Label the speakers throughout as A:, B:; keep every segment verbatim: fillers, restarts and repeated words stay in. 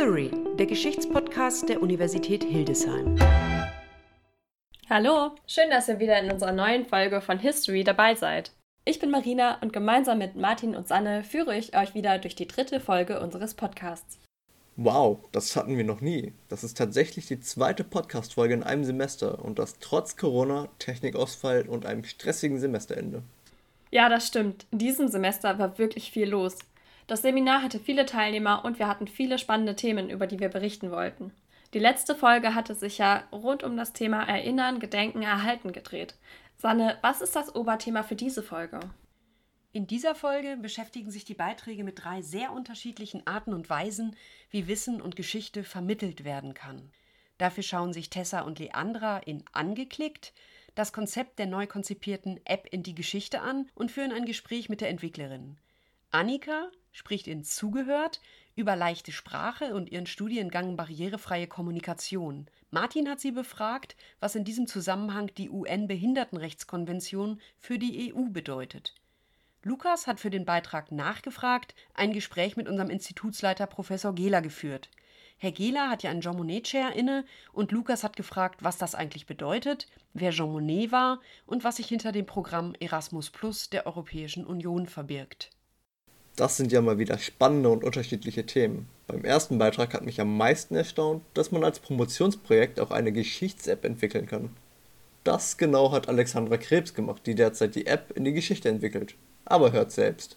A: History, der Geschichtspodcast der Universität Hildesheim.
B: Hallo, schön, dass ihr wieder in unserer neuen Folge von History dabei seid. Ich bin Marina und gemeinsam mit Martin und Sanne führe ich euch wieder durch die dritte Folge unseres Podcasts.
C: Wow, das hatten wir noch nie. Das ist tatsächlich die zweite Podcast-Folge in einem Semester und das trotz Corona, Technikausfall und einem stressigen Semesterende.
B: Ja, das stimmt. In diesem Semester war wirklich viel los. Das Seminar hatte viele Teilnehmer und wir hatten viele spannende Themen, über die wir berichten wollten. Die letzte Folge hatte sich ja rund um das Thema Erinnern, Gedenken, Erhalten gedreht. Sanne, was ist das Oberthema für diese Folge?
A: In dieser Folge beschäftigen sich die Beiträge mit drei sehr unterschiedlichen Arten und Weisen, wie Wissen und Geschichte vermittelt werden kann. Dafür schauen sich Tessa und Leandra in Angeklickt das Konzept der neu konzipierten App in die Geschichte an und führen ein Gespräch mit der Entwicklerin. Annika spricht in Zugehört über leichte Sprache und ihren Studiengang barrierefreie Kommunikation. Martin hat sie befragt, was in diesem Zusammenhang die U N-Behindertenrechtskonvention für die E U bedeutet. Lukas hat für den Beitrag nachgefragt, ein Gespräch mit unserem Institutsleiter Professor Gehler geführt. Herr Gehler hat ja einen Jean Monnet-Chair inne und Lukas hat gefragt, was das eigentlich bedeutet, wer Jean Monnet war und was sich hinter dem Programm Erasmus Plus der Europäischen Union verbirgt.
C: Das sind ja mal wieder spannende und unterschiedliche Themen. Beim ersten Beitrag hat mich am meisten erstaunt, dass man als Promotionsprojekt auch eine Geschichts-App entwickeln kann. Das genau hat Alexandra Krebs gemacht, die derzeit die App in die Geschichte entwickelt. Aber hört selbst.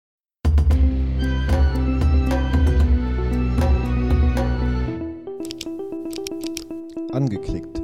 D: Angeklickt.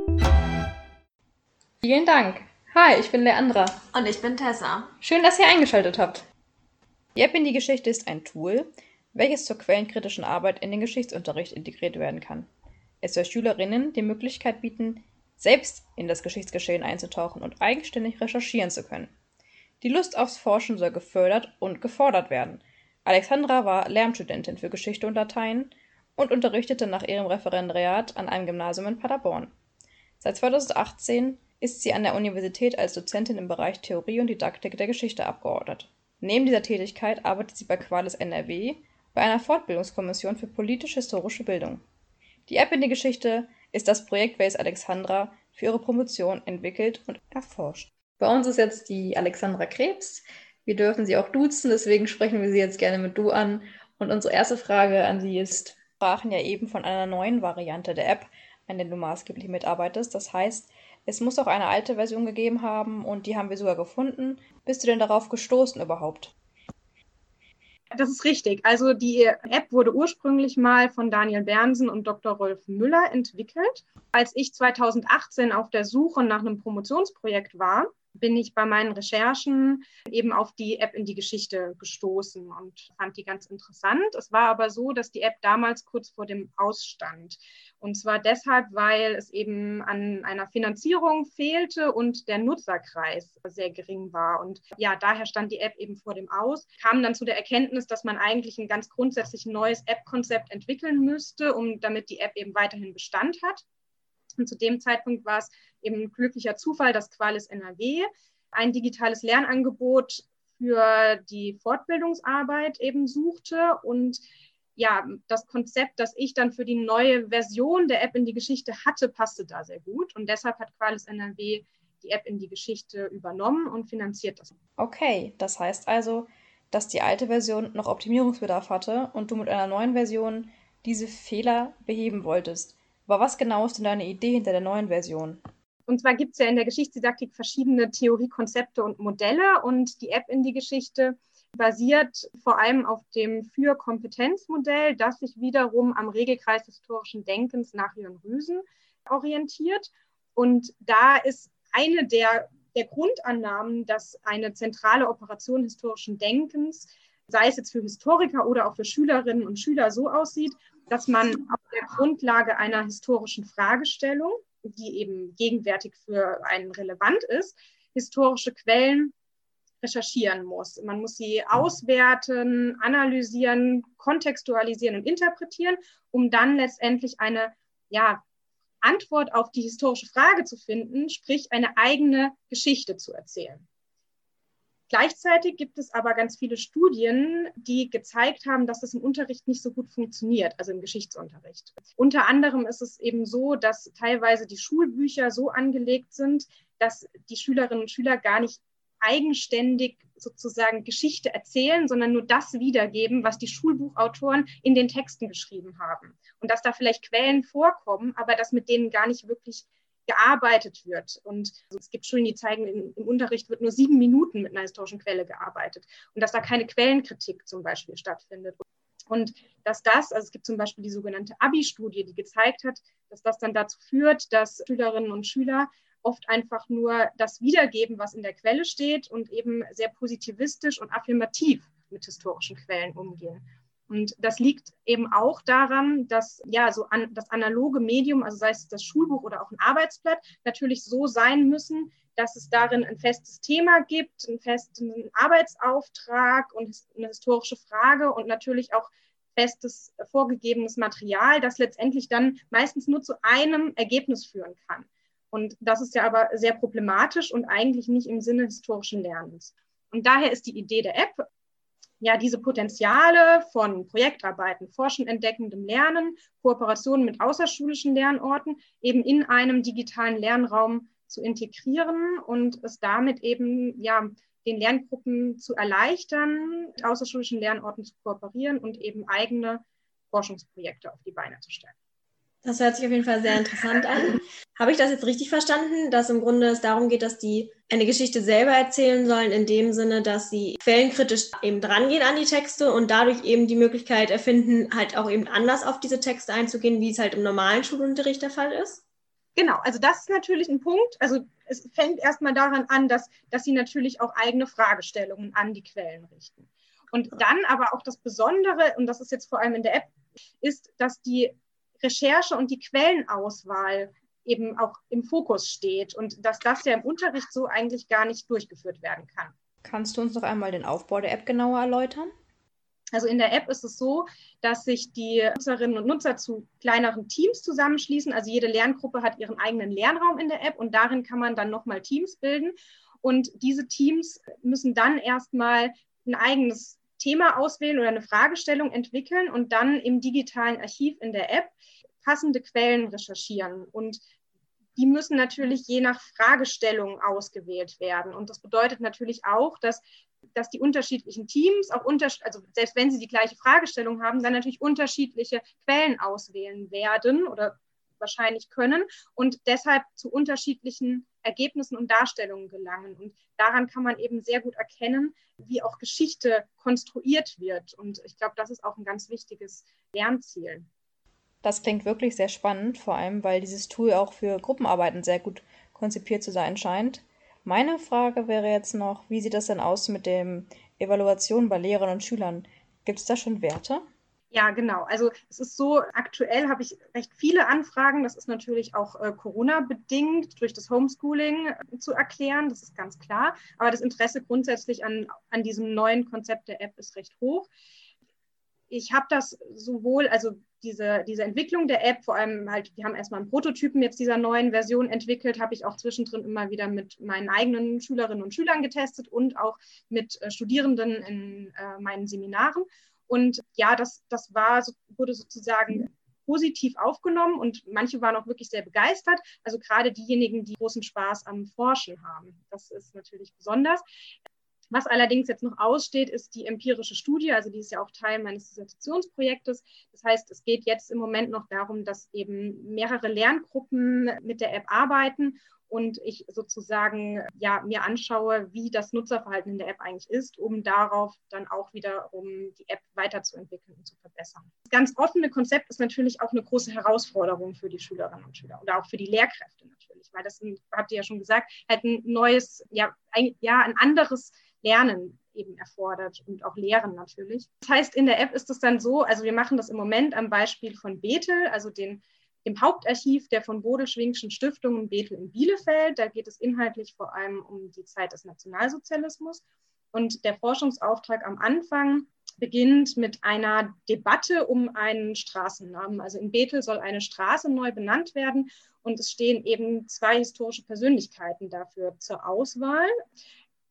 B: Vielen Dank. Hi, ich bin Leandra.
E: Und ich bin Tessa.
B: Schön, dass ihr eingeschaltet habt. Die App in die Geschichte ist ein Tool, welches zur quellenkritischen Arbeit in den Geschichtsunterricht integriert werden kann. Es soll Schülerinnen die Möglichkeit bieten, selbst in das Geschichtsgeschehen einzutauchen und eigenständig recherchieren zu können. Die Lust aufs Forschen soll gefördert und gefordert werden. Alexandra war Lehramtsstudentin für Geschichte und Latein und unterrichtete nach ihrem Referendariat an einem Gymnasium in Paderborn. Seit zweitausendachtzehn ist sie an der Universität als Dozentin im Bereich Theorie und Didaktik der Geschichte abgeordnet. Neben dieser Tätigkeit arbeitet sie bei Qualis N R W bei einer Fortbildungskommission für politisch-historische Bildung. Die App in die Geschichte ist das Projekt, welches Alexandra für ihre Promotion entwickelt und erforscht. Bei uns ist jetzt die Alexandra Krebs. Wir dürfen sie auch duzen, deswegen sprechen wir sie jetzt gerne mit du an. Und unsere erste Frage an sie ist, wir sprachen ja eben von einer neuen Variante der App, an der du maßgeblich mitarbeitest. Das heißt, es muss auch eine alte Version gegeben haben und die haben wir sogar gefunden. Bist du denn darauf gestoßen überhaupt?
F: Das ist richtig. Also die App wurde ursprünglich mal von Daniel Bernsen und Doktor Rolf Müller entwickelt. Als ich zweitausendachtzehn auf der Suche nach einem Promotionsprojekt war, bin ich bei meinen Recherchen eben auf die App in die Geschichte gestoßen und fand die ganz interessant. Es war aber so, dass die App damals kurz vor dem Aus stand. Und zwar deshalb, weil es eben an einer Finanzierung fehlte und der Nutzerkreis sehr gering war. Und ja, daher stand die App eben vor dem Aus, kam dann zu der Erkenntnis, dass man eigentlich ein ganz grundsätzlich neues App-Konzept entwickeln müsste, um damit die App eben weiterhin Bestand hat. Und zu dem Zeitpunkt war es eben ein glücklicher Zufall, dass Qualis N R W ein digitales Lernangebot für die Fortbildungsarbeit eben suchte. Und ja, das Konzept, das ich dann für die neue Version der App in die Geschichte hatte, passte da sehr gut. Und deshalb hat Qualis N R W die App in die Geschichte übernommen und finanziert das.
B: Okay, das heißt also, dass die alte Version noch Optimierungsbedarf hatte und du mit einer neuen Version diese Fehler beheben wolltest. Aber was genau ist denn deine Idee hinter der neuen Version?
F: Und zwar gibt es ja in der Geschichtsdidaktik verschiedene Theoriekonzepte und Modelle und die App in die Geschichte basiert vor allem auf dem Für-Kompetenz-Modell, das sich wiederum am Regelkreis historischen Denkens nach Jörn Rüsen orientiert. Und da ist eine der, der Grundannahmen, dass eine zentrale Operation historischen Denkens, sei es jetzt für Historiker oder auch für Schülerinnen und Schüler, so aussieht, dass man auf der Grundlage einer historischen Fragestellung, die eben gegenwärtig für einen relevant ist, historische Quellen recherchieren muss. Man muss sie auswerten, analysieren, kontextualisieren und interpretieren, um dann letztendlich eine ja, Antwort auf die historische Frage zu finden, sprich eine eigene Geschichte zu erzählen. Gleichzeitig gibt es aber ganz viele Studien, die gezeigt haben, dass das im Unterricht nicht so gut funktioniert, also im Geschichtsunterricht. Unter anderem ist es eben so, dass teilweise die Schulbücher so angelegt sind, dass die Schülerinnen und Schüler gar nicht eigenständig sozusagen Geschichte erzählen, sondern nur das wiedergeben, was die Schulbuchautoren in den Texten geschrieben haben. Und dass da vielleicht Quellen vorkommen, aber dass mit denen gar nicht wirklich gearbeitet wird. Und es gibt Schulen, die zeigen, im, im Unterricht wird nur sieben Minuten mit einer historischen Quelle gearbeitet und dass da keine Quellenkritik zum Beispiel stattfindet. Und dass das, also es gibt zum Beispiel die sogenannte Abi-Studie, die gezeigt hat, dass das dann dazu führt, dass Schülerinnen und Schüler oft einfach nur das wiedergeben, was in der Quelle steht und eben sehr positivistisch und affirmativ mit historischen Quellen umgehen. Und das liegt eben auch daran, dass ja so an, das analoge Medium, also sei es das Schulbuch oder auch ein Arbeitsblatt, natürlich so sein müssen, dass es darin ein festes Thema gibt, einen festen Arbeitsauftrag und eine historische Frage und natürlich auch festes vorgegebenes Material, das letztendlich dann meistens nur zu einem Ergebnis führen kann. Und das ist ja aber sehr problematisch und eigentlich nicht im Sinne historischen Lernens. Und daher ist die Idee der App, ja, diese Potenziale von Projektarbeiten, Forschen, Entdeckendem Lernen, Kooperationen mit außerschulischen Lernorten eben in einem digitalen Lernraum zu integrieren und es damit eben, ja, den Lerngruppen zu erleichtern, mit außerschulischen Lernorten zu kooperieren und eben eigene Forschungsprojekte auf die Beine zu stellen.
D: Das hört sich auf jeden Fall sehr interessant an. Habe ich das jetzt richtig verstanden, dass im Grunde es darum geht, dass die eine Geschichte selber erzählen sollen, in dem Sinne, dass sie quellenkritisch eben drangehen an die Texte und dadurch eben die Möglichkeit erfinden, halt auch eben anders auf diese Texte einzugehen, wie es halt im normalen Schulunterricht der Fall ist?
F: Genau, also das ist natürlich ein Punkt. Also es fängt erstmal daran an, dass, dass sie natürlich auch eigene Fragestellungen an die Quellen richten. Und dann aber auch das Besondere, und das ist jetzt vor allem in der App, ist, dass die Recherche und die Quellenauswahl eben auch im Fokus steht und dass das ja im Unterricht so eigentlich gar nicht durchgeführt werden kann.
B: Kannst du uns noch einmal den Aufbau der App genauer erläutern?
F: Also in der App ist es so, dass sich die Nutzerinnen und Nutzer zu kleineren Teams zusammenschließen. Also jede Lerngruppe hat ihren eigenen Lernraum in der App und darin kann man dann nochmal Teams bilden. Und diese Teams müssen dann erstmal ein eigenes Thema auswählen oder eine Fragestellung entwickeln und dann im digitalen Archiv in der App passende Quellen recherchieren. Und die müssen natürlich je nach Fragestellung ausgewählt werden. Und das bedeutet natürlich auch, dass, dass die unterschiedlichen Teams, auch unter, also selbst wenn sie die gleiche Fragestellung haben, dann natürlich unterschiedliche Quellen auswählen werden oder wahrscheinlich können und deshalb zu unterschiedlichen Ergebnissen und Darstellungen gelangen. Und daran kann man eben sehr gut erkennen, wie auch Geschichte konstruiert wird. Und ich glaube, das ist auch ein ganz wichtiges Lernziel.
B: Das klingt wirklich sehr spannend, vor allem, weil dieses Tool auch für Gruppenarbeiten sehr gut konzipiert zu sein scheint. Meine Frage wäre jetzt noch, wie sieht das denn aus mit der Evaluation bei Lehrern und Schülern? Gibt es da schon Werte?
F: Ja, genau. Also es ist so, aktuell habe ich recht viele Anfragen. Das ist natürlich auch äh, Corona-bedingt durch das Homeschooling äh, zu erklären, das ist ganz klar. Aber das Interesse grundsätzlich an, an diesem neuen Konzept der App ist recht hoch. Ich habe das sowohl, also diese, diese Entwicklung der App, vor allem halt, wir haben erstmal einen Prototypen jetzt dieser neuen Version entwickelt, habe ich auch zwischendrin immer wieder mit meinen eigenen Schülerinnen und Schülern getestet und auch mit äh, Studierenden in äh, meinen Seminaren. Und ja, das, das war, wurde sozusagen positiv aufgenommen und manche waren auch wirklich sehr begeistert. Also gerade diejenigen, die großen Spaß am Forschen haben. Das ist natürlich besonders. Was allerdings jetzt noch aussteht, ist die empirische Studie. Also die ist ja auch Teil meines Dissertationsprojektes. Das heißt, es geht jetzt im Moment noch darum, dass eben mehrere Lerngruppen mit der App arbeiten und ich sozusagen ja, mir anschaue, wie das Nutzerverhalten in der App eigentlich ist, um darauf dann auch wiederum die App weiterzuentwickeln und zu verbessern. Das ganz offene Konzept ist natürlich auch eine große Herausforderung für die Schülerinnen und Schüler oder auch für die Lehrkräfte natürlich, weil das, habt ihr ja schon gesagt, halt ein neues, ja, ein, ja, ein anderes Lernen eben erfordert und auch Lehren natürlich. Das heißt, in der App ist es dann so, also wir machen das im Moment am Beispiel von Bethel, also den im Hauptarchiv der von Bodel-Schwingschen Stiftung in Bethel in Bielefeld. Da geht es inhaltlich vor allem um die Zeit des Nationalsozialismus. Und der Forschungsauftrag am Anfang beginnt mit einer Debatte um einen Straßennamen. Also in Bethel soll eine Straße neu benannt werden und es stehen eben zwei historische Persönlichkeiten dafür zur Auswahl.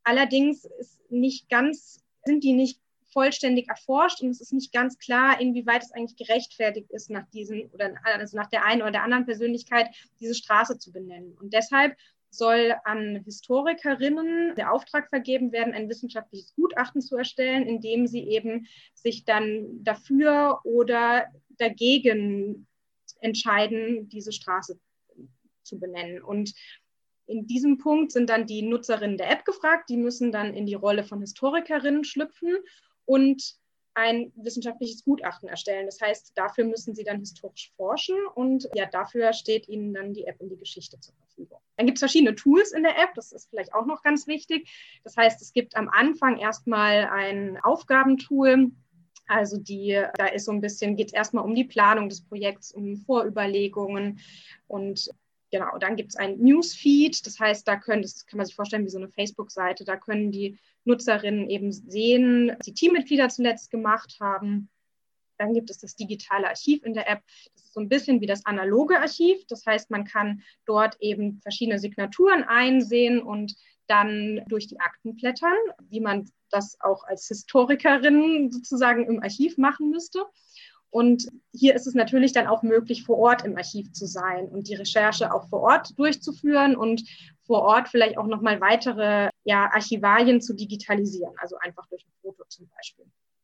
F: Allerdings ist nicht ganz, sind die nicht vollständig erforscht und es ist nicht ganz klar, inwieweit es eigentlich gerechtfertigt ist, nach diesen oder also nach der einen oder der anderen Persönlichkeit diese Straße zu benennen. Und deshalb soll an Historikerinnen der Auftrag vergeben werden, ein wissenschaftliches Gutachten zu erstellen, in dem sie eben sich dann dafür oder dagegen entscheiden, diese Straße zu benennen. Und in diesem Punkt sind dann die Nutzerinnen der App gefragt, die müssen dann in die Rolle von Historikerinnen schlüpfen und ein wissenschaftliches Gutachten erstellen. Das heißt, dafür müssen sie dann historisch forschen und ja, dafür steht ihnen dann die App in die Geschichte zur Verfügung. Dann gibt es verschiedene Tools in der App, das ist vielleicht auch noch ganz wichtig. Das heißt, es gibt am Anfang erstmal ein Aufgabentool. Also die, da ist so ein bisschen, geht es erstmal um die Planung des Projekts, um Vorüberlegungen und genau, dann gibt es ein Newsfeed, das heißt, da können, das kann man sich vorstellen wie so eine Facebook-Seite, da können die Nutzerinnen eben sehen, was die Teammitglieder zuletzt gemacht haben. Dann gibt es das digitale Archiv in der App. Das ist so ein bisschen wie das analoge Archiv. Das heißt, man kann dort eben verschiedene Signaturen einsehen und dann durch die Akten blättern, wie man das auch als Historikerin sozusagen im Archiv machen müsste. Und hier ist es natürlich dann auch möglich, vor Ort im Archiv zu sein und die Recherche auch vor Ort durchzuführen und vor Ort vielleicht auch nochmal weitere ja, Archivalien zu digitalisieren, also einfach durch ein Foto zum Beispiel.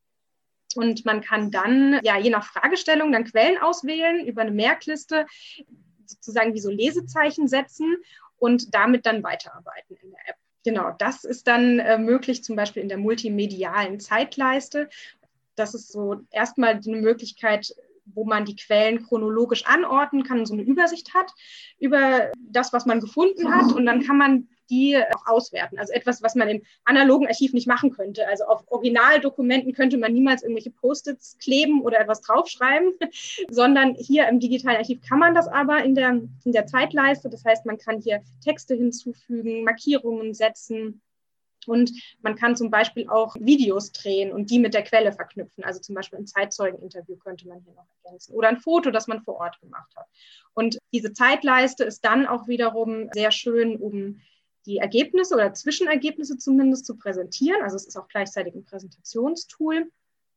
F: Und man kann dann, ja, je nach Fragestellung, dann Quellen auswählen, über eine Merkliste sozusagen wie so Lesezeichen setzen und damit dann weiterarbeiten in der App. Genau, das ist dann äh, möglich, zum Beispiel in der multimedialen Zeitleiste. Das ist so erstmal eine Möglichkeit, wo man die Quellen chronologisch anordnen kann und so eine Übersicht hat über das, was man gefunden hat. Und dann kann man die auch auswerten. Also etwas, was man im analogen Archiv nicht machen könnte. Also auf Originaldokumenten könnte man niemals irgendwelche Post-its kleben oder etwas draufschreiben, sondern hier im digitalen Archiv kann man das aber in der, in der Zeitleiste. Das heißt, man kann hier Texte hinzufügen, Markierungen setzen. Und man kann zum Beispiel auch Videos drehen und die mit der Quelle verknüpfen. Also zum Beispiel ein Zeitzeugeninterview könnte man hier noch ergänzen oder ein Foto, das man vor Ort gemacht hat. Und diese Zeitleiste ist dann auch wiederum sehr schön, um die Ergebnisse oder Zwischenergebnisse zumindest zu präsentieren. Also es ist auch gleichzeitig ein Präsentationstool.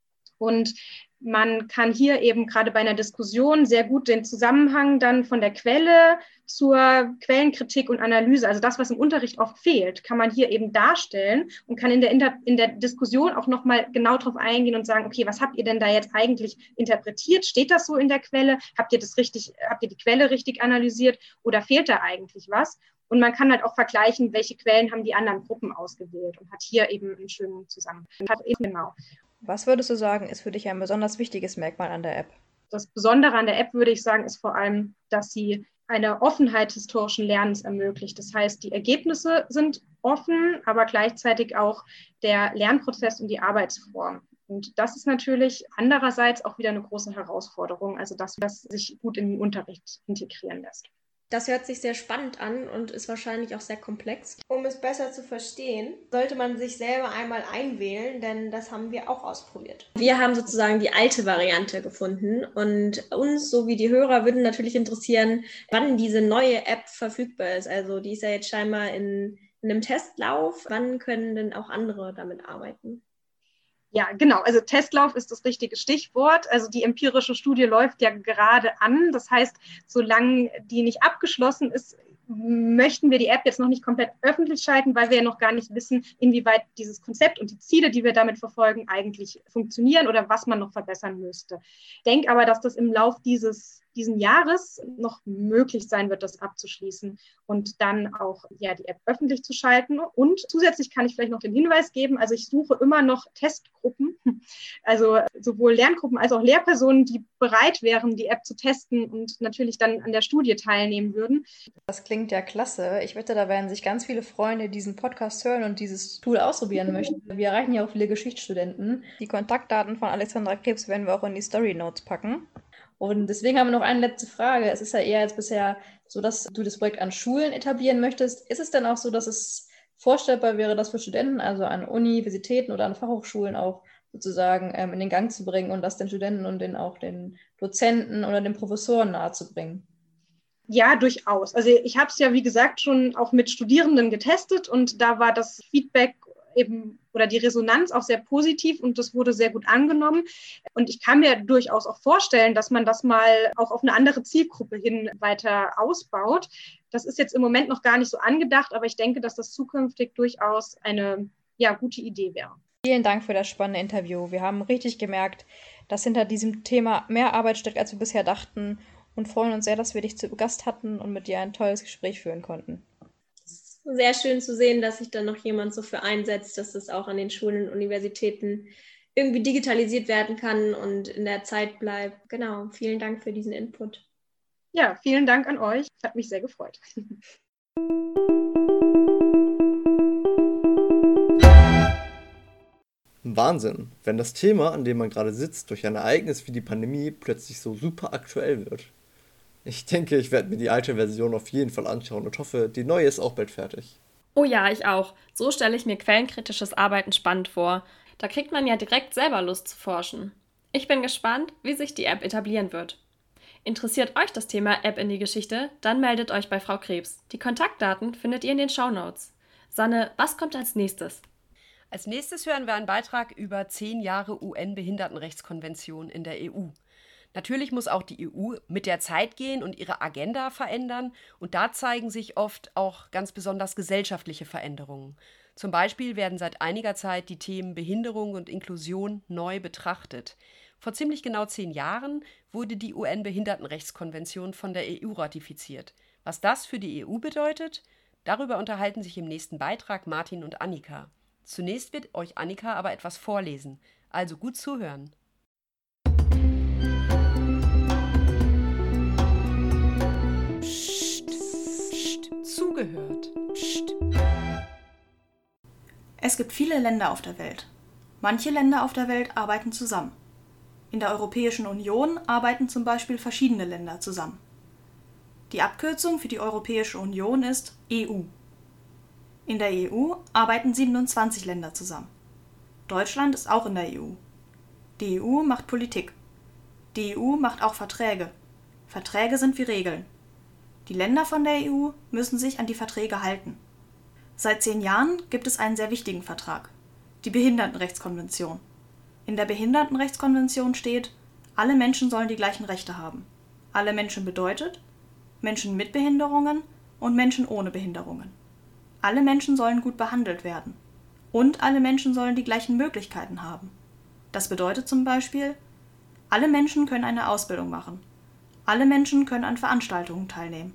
F: Und man kann hier eben gerade bei einer Diskussion sehr gut den Zusammenhang dann von der Quelle zur Quellenkritik und Analyse, also das, was im Unterricht oft fehlt, kann man hier eben darstellen und kann in der, Inter- in der Diskussion auch nochmal genau darauf eingehen und sagen, okay, was habt ihr denn da jetzt eigentlich interpretiert? Steht das so in der Quelle? Habt ihr das richtig, habt ihr die Quelle richtig analysiert oder fehlt da eigentlich was? Und man kann halt auch vergleichen, welche Quellen haben die anderen Gruppen ausgewählt und hat hier eben einen schönen Zusammenhang. Genau.
B: Was würdest du sagen, ist für dich ein besonders wichtiges Merkmal an der App?
F: Das Besondere an der App, würde ich sagen, ist vor allem, dass sie eine Offenheit historischen Lernens ermöglicht. Das heißt, die Ergebnisse sind offen, aber gleichzeitig auch der Lernprozess und die Arbeitsform. Und das ist natürlich andererseits auch wieder eine große Herausforderung, also dass das sich gut in den Unterricht integrieren lässt.
E: Das hört sich sehr spannend an und ist wahrscheinlich auch sehr komplex. Um es besser zu verstehen, sollte man sich selber einmal einwählen, denn das haben wir auch ausprobiert.
D: Wir haben sozusagen die alte Variante gefunden und uns sowie die Hörer würden natürlich interessieren, wann diese neue App verfügbar ist. Also die ist ja jetzt scheinbar in, in einem Testlauf. Wann können denn auch andere damit arbeiten?
F: Ja, genau. Also Testlauf ist das richtige Stichwort. Also die empirische Studie läuft ja gerade an. Das heißt, solange die nicht abgeschlossen ist, möchten wir die App jetzt noch nicht komplett öffentlich schalten, weil wir ja noch gar nicht wissen, inwieweit dieses Konzept und die Ziele, die wir damit verfolgen, eigentlich funktionieren oder was man noch verbessern müsste. Ich denke aber, dass das im Lauf dieses diesen Jahres noch möglich sein wird, das abzuschließen und dann auch ja, die App öffentlich zu schalten. Und zusätzlich kann ich vielleicht noch den Hinweis geben, also ich suche immer noch Testgruppen, also sowohl Lerngruppen als auch Lehrpersonen, die bereit wären, die App zu testen und natürlich dann an der Studie teilnehmen würden.
B: Das klingt ja klasse. Ich wette, da werden sich ganz viele Freunde diesen Podcast hören und dieses Tool ausprobieren möchten. Wir erreichen ja auch viele Geschichtsstudenten. Die Kontaktdaten von Alexandra Krebs werden wir auch in die Story Notes packen. Und deswegen haben wir noch eine letzte Frage. Es ist ja eher jetzt bisher so, dass du das Projekt an Schulen etablieren möchtest. Ist es denn auch so, dass es vorstellbar wäre, das für Studenten, also an Universitäten oder an Fachhochschulen auch sozusagen ähm, in den Gang zu bringen und das den Studenten und den auch den Dozenten oder den Professoren nahezubringen?
F: Ja, durchaus. Also ich habe es ja, wie gesagt, schon auch mit Studierenden getestet und da war das Feedback eben oder die Resonanz auch sehr positiv und das wurde sehr gut angenommen. Und ich kann mir durchaus auch vorstellen, dass man das mal auch auf eine andere Zielgruppe hin weiter ausbaut. Das ist jetzt im Moment noch gar nicht so angedacht, aber ich denke, dass das zukünftig durchaus eine ja, gute Idee wäre.
B: Vielen Dank für das spannende Interview. Wir haben richtig gemerkt, dass hinter diesem Thema mehr Arbeit steckt, als wir bisher dachten und freuen uns sehr, dass wir dich zu Gast hatten und mit dir ein tolles Gespräch führen konnten.
E: Sehr schön zu sehen, dass sich dann noch jemand so für einsetzt, dass das auch an den Schulen und Universitäten irgendwie digitalisiert werden kann und in der Zeit bleibt. Genau, vielen Dank für diesen Input.
F: Ja, vielen Dank an euch. Hat mich sehr gefreut.
C: Wahnsinn, wenn das Thema, an dem man gerade sitzt, durch ein Ereignis wie die Pandemie plötzlich so super aktuell wird. Ich denke, ich werde mir die alte Version auf jeden Fall anschauen und hoffe, die neue ist auch bald fertig.
G: Oh ja, ich auch. So stelle ich mir quellenkritisches Arbeiten spannend vor. Da kriegt man ja direkt selber Lust zu forschen. Ich bin gespannt, wie sich die App etablieren wird. Interessiert euch das Thema App in die Geschichte? Dann meldet euch bei Frau Krebs. Die Kontaktdaten findet ihr in den Shownotes. Sanne, was kommt als nächstes?
A: Als nächstes hören wir einen Beitrag über zehn Jahre U N-Behindertenrechtskonvention in der E U. Natürlich muss auch die E U mit der Zeit gehen und ihre Agenda verändern und da zeigen sich oft auch ganz besonders gesellschaftliche Veränderungen. Zum Beispiel werden seit einiger Zeit die Themen Behinderung und Inklusion neu betrachtet. Vor ziemlich genau zehn Jahren wurde die U N-Behindertenrechtskonvention von der E U ratifiziert. Was das für die E U bedeutet, darüber unterhalten sich im nächsten Beitrag Martin und Annika. Zunächst wird euch Annika aber etwas vorlesen, also gut zuhören. Psst, psst, zugehört. Psst.
H: Es gibt viele Länder auf der Welt. Manche Länder auf der Welt arbeiten zusammen. In der Europäischen Union arbeiten zum Beispiel verschiedene Länder zusammen. Die Abkürzung für die Europäische Union ist E U. In der E U arbeiten siebenundzwanzig Länder zusammen. Deutschland ist auch in der E U. Die E U macht Politik. Die E U macht auch Verträge. Verträge sind wie Regeln. Die Länder von der E U müssen sich an die Verträge halten. Seit zehn Jahren gibt es einen sehr wichtigen Vertrag, die Behindertenrechtskonvention. In der Behindertenrechtskonvention steht, alle Menschen sollen die gleichen Rechte haben. Alle Menschen bedeutet Menschen mit Behinderungen und Menschen ohne Behinderungen. Alle Menschen sollen gut behandelt werden. Und alle Menschen sollen die gleichen Möglichkeiten haben. Das bedeutet zum Beispiel, alle Menschen können eine Ausbildung machen. Alle Menschen können an Veranstaltungen teilnehmen.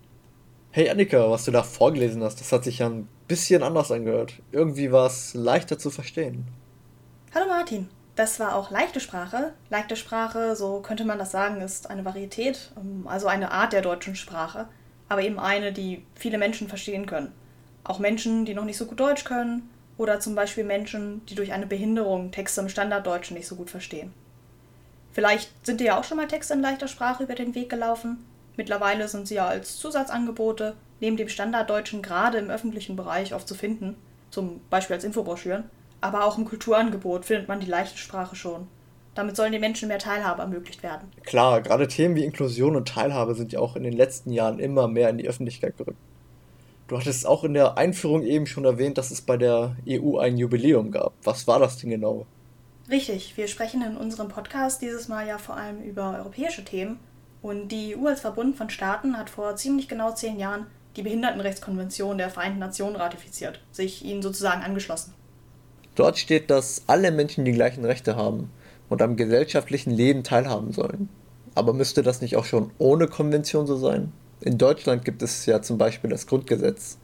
C: Hey Annika, was du da vorgelesen hast, das hat sich ja ein bisschen anders angehört. Irgendwie war es leichter zu verstehen.
H: Hallo Martin, das war auch leichte Sprache. Leichte Sprache, so könnte man das sagen, ist eine Varietät, also eine Art der deutschen Sprache, aber eben eine, die viele Menschen verstehen können. Auch Menschen, die noch nicht so gut Deutsch können oder zum Beispiel Menschen, die durch eine Behinderung Texte im Standarddeutschen nicht so gut verstehen. Vielleicht sind dir ja auch schon mal Texte in leichter Sprache über den Weg gelaufen. Mittlerweile sind sie ja als Zusatzangebote neben dem Standarddeutschen gerade im öffentlichen Bereich oft zu finden, zum Beispiel als Infobroschüren. Aber auch im Kulturangebot findet man die leichte Sprache schon. Damit sollen den Menschen mehr Teilhabe ermöglicht werden.
C: Klar, gerade Themen wie Inklusion und Teilhabe sind ja auch in den letzten Jahren immer mehr in die Öffentlichkeit gerückt. Du hattest auch in der Einführung eben schon erwähnt, dass es bei der E U ein Jubiläum gab. Was war das denn genau?
H: Richtig, wir sprechen in unserem Podcast dieses Mal ja vor allem über europäische Themen. Und die E U als Verbund von Staaten hat vor ziemlich genau zehn Jahren die Behindertenrechtskonvention der Vereinten Nationen ratifiziert, sich ihnen sozusagen angeschlossen.
C: Dort steht, dass alle Menschen die gleichen Rechte haben und am gesellschaftlichen Leben teilhaben sollen. Aber müsste das nicht auch schon ohne Konvention so sein? In Deutschland gibt es ja zum Beispiel das Grundgesetz.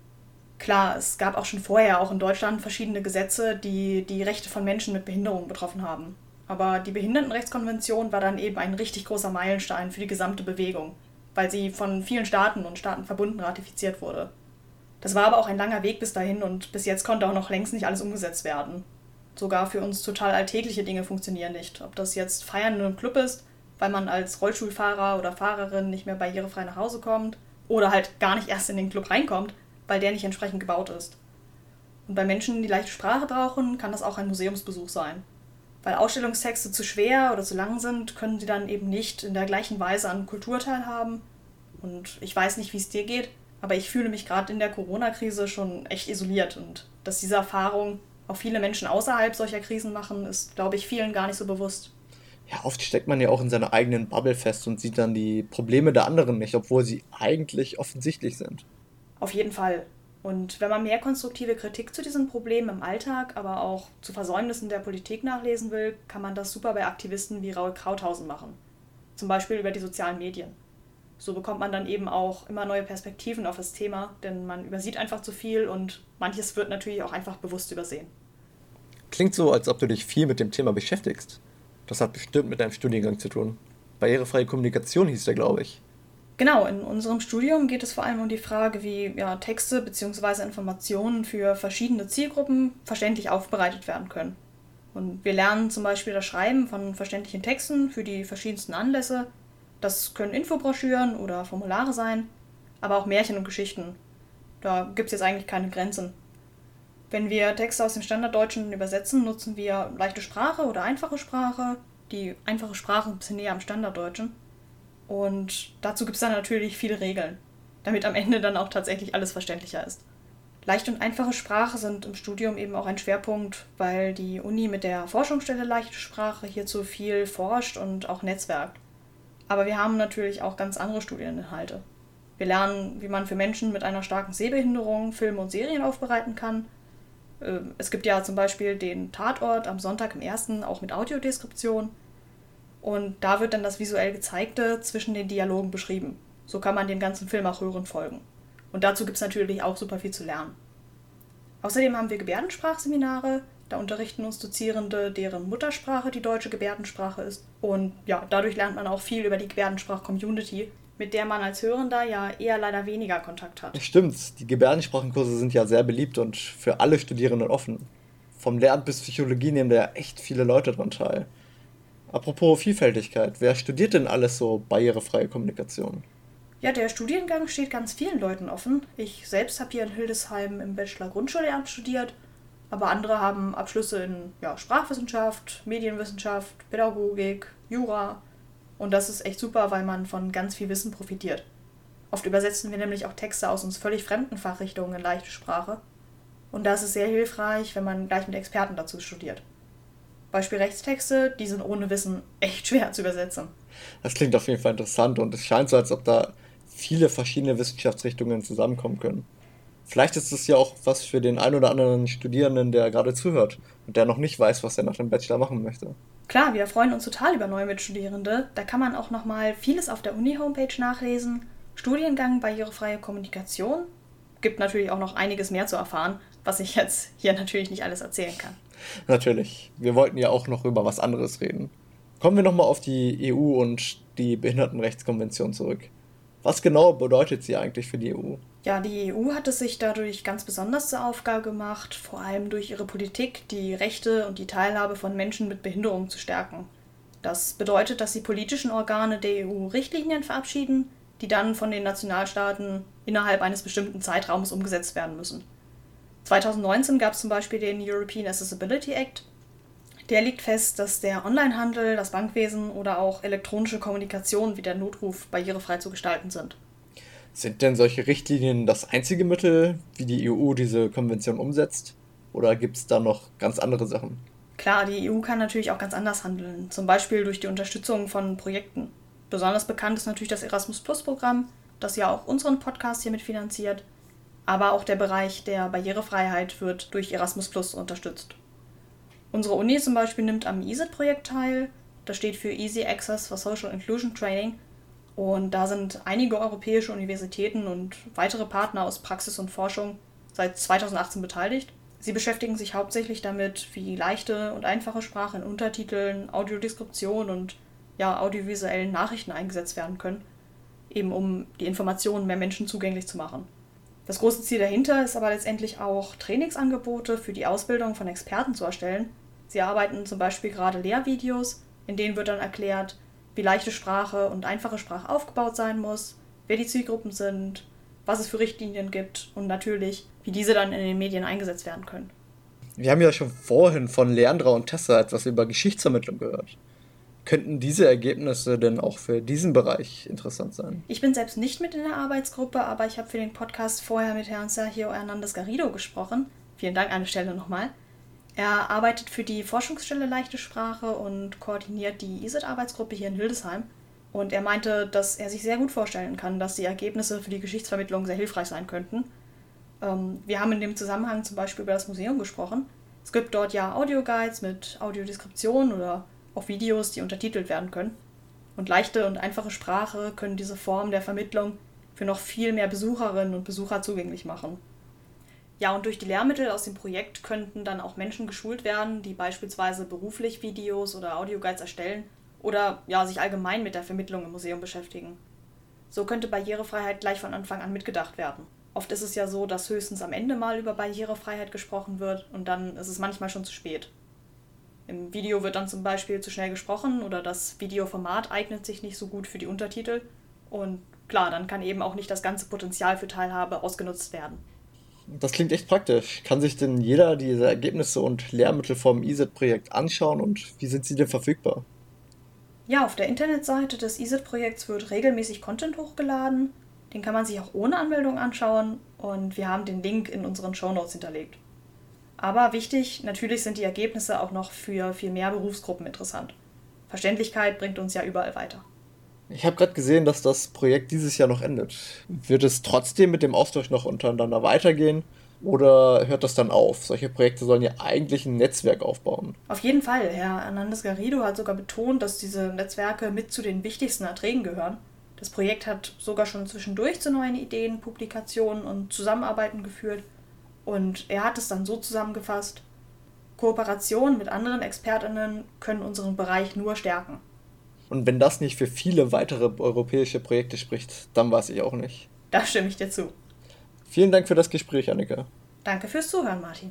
H: Klar, es gab auch schon vorher, auch in Deutschland, verschiedene Gesetze, die die Rechte von Menschen mit Behinderung betroffen haben. Aber die Behindertenrechtskonvention war dann eben ein richtig großer Meilenstein für die gesamte Bewegung, weil sie von vielen Staaten und Staatenverbunden ratifiziert wurde. Das war aber auch ein langer Weg bis dahin und bis jetzt konnte auch noch längst nicht alles umgesetzt werden. Sogar für uns total alltägliche Dinge funktionieren nicht. Ob das jetzt Feiern in einem Club ist, weil man als Rollstuhlfahrer oder Fahrerin nicht mehr barrierefrei nach Hause kommt oder halt gar nicht erst in den Club reinkommt, weil der nicht entsprechend gebaut ist. Und bei Menschen, die leichte Sprache brauchen, kann das auch ein Museumsbesuch sein. Weil Ausstellungstexte zu schwer oder zu lang sind, können sie dann eben nicht in der gleichen Weise an Kultur teilhaben. Und ich weiß nicht, wie es dir geht, aber ich fühle mich gerade in der Corona-Krise schon echt isoliert. Und dass diese Erfahrung auch viele Menschen außerhalb solcher Krisen machen, ist, glaube ich, vielen gar nicht so bewusst.
C: Ja, oft steckt man ja auch in seiner eigenen Bubble fest und sieht dann die Probleme der anderen nicht, obwohl sie eigentlich offensichtlich sind.
H: Auf jeden Fall. Und wenn man mehr konstruktive Kritik zu diesen Problemen im Alltag, aber auch zu Versäumnissen der Politik nachlesen will, kann man das super bei Aktivisten wie Raul Krauthausen machen. Zum Beispiel über die sozialen Medien. So bekommt man dann eben auch immer neue Perspektiven auf das Thema, denn man übersieht einfach zu viel und manches wird natürlich auch einfach bewusst übersehen.
C: Klingt so, als ob du dich viel mit dem Thema beschäftigst. Das hat bestimmt mit deinem Studiengang zu tun. Barrierefreie Kommunikation hieß der, glaube ich.
H: Genau, in unserem Studium geht es vor allem um die Frage, wie ja, Texte bzw. Informationen für verschiedene Zielgruppen verständlich aufbereitet werden können. Und wir lernen zum Beispiel das Schreiben von verständlichen Texten für die verschiedensten Anlässe. Das können Infobroschüren oder Formulare sein, aber auch Märchen und Geschichten. Da gibt es jetzt eigentlich keine Grenzen. Wenn wir Texte aus dem Standarddeutschen übersetzen, nutzen wir leichte Sprache oder einfache Sprache. Die einfache Sprache ist ein bisschen näher am Standarddeutschen. Und dazu gibt es dann natürlich viele Regeln, damit am Ende dann auch tatsächlich alles verständlicher ist. Leichte und einfache Sprache sind im Studium eben auch ein Schwerpunkt, weil die Uni mit der Forschungsstelle Leichte Sprache hierzu viel forscht und auch netzwerkt. Aber wir haben natürlich auch ganz andere Studieninhalte. Wir lernen, wie man für Menschen mit einer starken Sehbehinderung Filme und Serien aufbereiten kann. Es gibt ja zum Beispiel den Tatort am Sonntag im ersten auch mit Audiodeskription. Und da wird dann das visuell Gezeigte zwischen den Dialogen beschrieben. So kann man dem ganzen Film auch hören folgen. Und dazu gibt es natürlich auch super viel zu lernen. Außerdem haben wir Gebärdensprachseminare. Da unterrichten uns Dozierende, deren Muttersprache die deutsche Gebärdensprache ist. Und ja, dadurch lernt man auch viel über die Gebärdensprach-Community, mit der man als Hörender ja eher leider weniger Kontakt hat.
C: Stimmt, die Gebärdensprachenkurse sind ja sehr beliebt und für alle Studierenden offen. Vom Lehramt bis Psychologie nehmen da ja echt viele Leute dran teil. Apropos Vielfältigkeit, wer studiert denn alles so barrierefreie Kommunikation?
H: Ja, der Studiengang steht ganz vielen Leuten offen. Ich selbst habe hier in Hildesheim im Bachelor Grundschullehramt studiert, aber andere haben Abschlüsse in ja, Sprachwissenschaft, Medienwissenschaft, Pädagogik, Jura. Und das ist echt super, weil man von ganz viel Wissen profitiert. Oft übersetzen wir nämlich auch Texte aus uns völlig fremden Fachrichtungen in leichte Sprache. Und da ist es sehr hilfreich, wenn man gleich mit Experten dazu studiert. Beispiel Rechtstexte, die sind ohne Wissen echt schwer zu übersetzen.
C: Das klingt auf jeden Fall interessant und es scheint so, als ob da viele verschiedene Wissenschaftsrichtungen zusammenkommen können. Vielleicht ist es ja auch was für den einen oder anderen Studierenden, der gerade zuhört und der noch nicht weiß, was er nach dem Bachelor machen möchte.
H: Klar, wir freuen uns total über neue Mitstudierende. Da kann man auch nochmal vieles auf der Uni-Homepage nachlesen. Studiengang barrierefreie Kommunikation. Gibt natürlich auch noch einiges mehr zu erfahren, was ich jetzt hier natürlich nicht alles erzählen kann.
C: Natürlich. Wir wollten ja auch noch über was anderes reden. Kommen wir nochmal auf die E U und die Behindertenrechtskonvention zurück. Was genau bedeutet sie eigentlich für die E U?
H: Ja, die E U hat es sich dadurch ganz besonders zur Aufgabe gemacht, vor allem durch ihre Politik die Rechte und die Teilhabe von Menschen mit Behinderung zu stärken. Das bedeutet, dass die politischen Organe der E U Richtlinien verabschieden, die dann von den Nationalstaaten innerhalb eines bestimmten Zeitraums umgesetzt werden müssen. zweitausendneunzehn gab es zum Beispiel den European Accessibility Act. Der legt fest, dass der Onlinehandel, das Bankwesen oder auch elektronische Kommunikation wie der Notruf barrierefrei zu gestalten sind.
C: Sind denn solche Richtlinien das einzige Mittel, wie die E U diese Konvention umsetzt? Oder gibt es da noch ganz andere Sachen?
H: Klar, die E U kann natürlich auch ganz anders handeln, zum Beispiel durch die Unterstützung von Projekten. Besonders bekannt ist natürlich das Erasmus-Plus-Programm, das ja auch unseren Podcast hier mitfinanziert. Aber auch der Bereich der Barrierefreiheit wird durch Erasmus Plus unterstützt. Unsere Uni zum Beispiel nimmt am E A S I-Projekt teil. Das steht für Easy Access for Social Inclusion Training. Und da sind einige europäische Universitäten und weitere Partner aus Praxis und Forschung seit zweitausendachtzehn beteiligt. Sie beschäftigen sich hauptsächlich damit, wie leichte und einfache Sprache in Untertiteln, Audiodeskription und ja, audiovisuellen Nachrichten eingesetzt werden können, eben um die Informationen mehr Menschen zugänglich zu machen. Das große Ziel dahinter ist aber letztendlich auch, Trainingsangebote für die Ausbildung von Experten zu erstellen. Sie arbeiten zum Beispiel gerade Lehrvideos, in denen wird dann erklärt, wie leichte Sprache und einfache Sprache aufgebaut sein muss, wer die Zielgruppen sind, was es für Richtlinien gibt und natürlich, wie diese dann in den Medien eingesetzt werden können.
C: Wir haben ja schon vorhin von Leandra und Tessa etwas über Geschichtsvermittlung gehört. Könnten diese Ergebnisse denn auch für diesen Bereich interessant sein?
H: Ich bin selbst nicht mit in der Arbeitsgruppe, aber ich habe für den Podcast vorher mit Herrn Sergio Hernández Garrido gesprochen. Vielen Dank an der Stelle nochmal. Er arbeitet für die Forschungsstelle Leichte Sprache und koordiniert die I S E T-Arbeitsgruppe hier in Hildesheim. Und er meinte, dass er sich sehr gut vorstellen kann, dass die Ergebnisse für die Geschichtsvermittlung sehr hilfreich sein könnten. Ähm, wir haben in dem Zusammenhang zum Beispiel über das Museum gesprochen. Es gibt dort ja Audioguides mit Audiodeskription oder auch Videos, die untertitelt werden können. Und leichte und einfache Sprache können diese Form der Vermittlung für noch viel mehr Besucherinnen und Besucher zugänglich machen. Ja, und durch die Lehrmittel aus dem Projekt könnten dann auch Menschen geschult werden, die beispielsweise beruflich Videos oder Audioguides erstellen oder ja, sich allgemein mit der Vermittlung im Museum beschäftigen. So könnte Barrierefreiheit gleich von Anfang an mitgedacht werden. Oft ist es ja so, dass höchstens am Ende mal über Barrierefreiheit gesprochen wird und dann ist es manchmal schon zu spät. Im Video wird dann zum Beispiel zu schnell gesprochen oder das Videoformat eignet sich nicht so gut für die Untertitel. Und klar, dann kann eben auch nicht das ganze Potenzial für Teilhabe ausgenutzt werden.
C: Das klingt echt praktisch. Kann sich denn jeder diese Ergebnisse und Lehrmittel vom I S E T-Projekt anschauen und wie sind sie denn verfügbar?
H: Ja, auf der Internetseite des I S E T-Projekts wird regelmäßig Content hochgeladen. Den kann man sich auch ohne Anmeldung anschauen und wir haben den Link in unseren Shownotes hinterlegt. Aber wichtig, natürlich sind die Ergebnisse auch noch für viel mehr Berufsgruppen interessant. Verständlichkeit bringt uns ja überall weiter.
C: Ich habe gerade gesehen, dass das Projekt dieses Jahr noch endet. Wird es trotzdem mit dem Austausch noch untereinander weitergehen oder hört das dann auf? Solche Projekte sollen ja eigentlich ein Netzwerk aufbauen.
H: Auf jeden Fall. Herr Hernández Garrido hat sogar betont, dass diese Netzwerke mit zu den wichtigsten Erträgen gehören. Das Projekt hat sogar schon zwischendurch zu neuen Ideen, Publikationen und Zusammenarbeiten geführt. Und er hat es dann so zusammengefasst: Kooperationen mit anderen ExpertInnen können unseren Bereich nur stärken.
C: Und wenn das nicht für viele weitere europäische Projekte spricht, dann weiß ich auch nicht.
H: Da stimme ich dir zu.
C: Vielen Dank für das Gespräch, Annika.
H: Danke fürs Zuhören, Martin.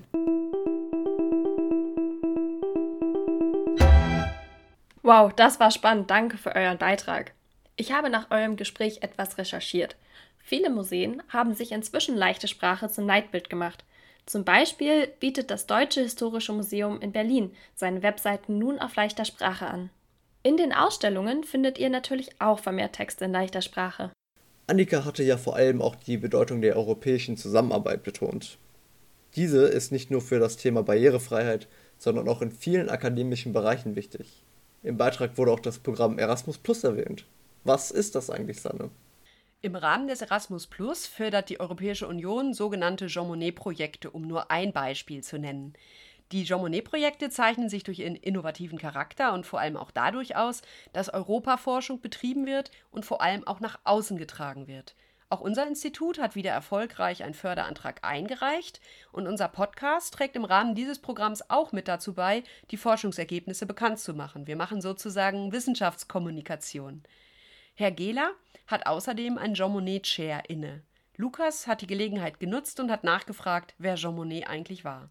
G: Wow, das war spannend. Danke für euren Beitrag. Ich habe nach eurem Gespräch etwas recherchiert. Viele Museen haben sich inzwischen leichte Sprache zum Leitbild gemacht. Zum Beispiel bietet das Deutsche Historische Museum in Berlin seine Webseiten nun auf leichter Sprache an. In den Ausstellungen findet ihr natürlich auch vermehrt Texte in leichter Sprache.
C: Annika hatte ja vor allem auch die Bedeutung der europäischen Zusammenarbeit betont. Diese ist nicht nur für das Thema Barrierefreiheit, sondern auch in vielen akademischen Bereichen wichtig. Im Beitrag wurde auch das Programm Erasmus Plus erwähnt. Was ist das eigentlich, Sanne?
A: Im Rahmen des Erasmus Plus fördert die Europäische Union sogenannte Jean Monnet-Projekte, um nur ein Beispiel zu nennen. Die Jean Monnet-Projekte zeichnen sich durch ihren innovativen Charakter und vor allem auch dadurch aus, dass Europaforschung betrieben wird und vor allem auch nach außen getragen wird. Auch unser Institut hat wieder erfolgreich einen Förderantrag eingereicht und unser Podcast trägt im Rahmen dieses Programms auch mit dazu bei, die Forschungsergebnisse bekannt zu machen. Wir machen sozusagen Wissenschaftskommunikation. Herr Gehler hat außerdem einen Jean Monnet Chair inne. Lukas hat die Gelegenheit genutzt und hat nachgefragt, wer Jean Monnet eigentlich war.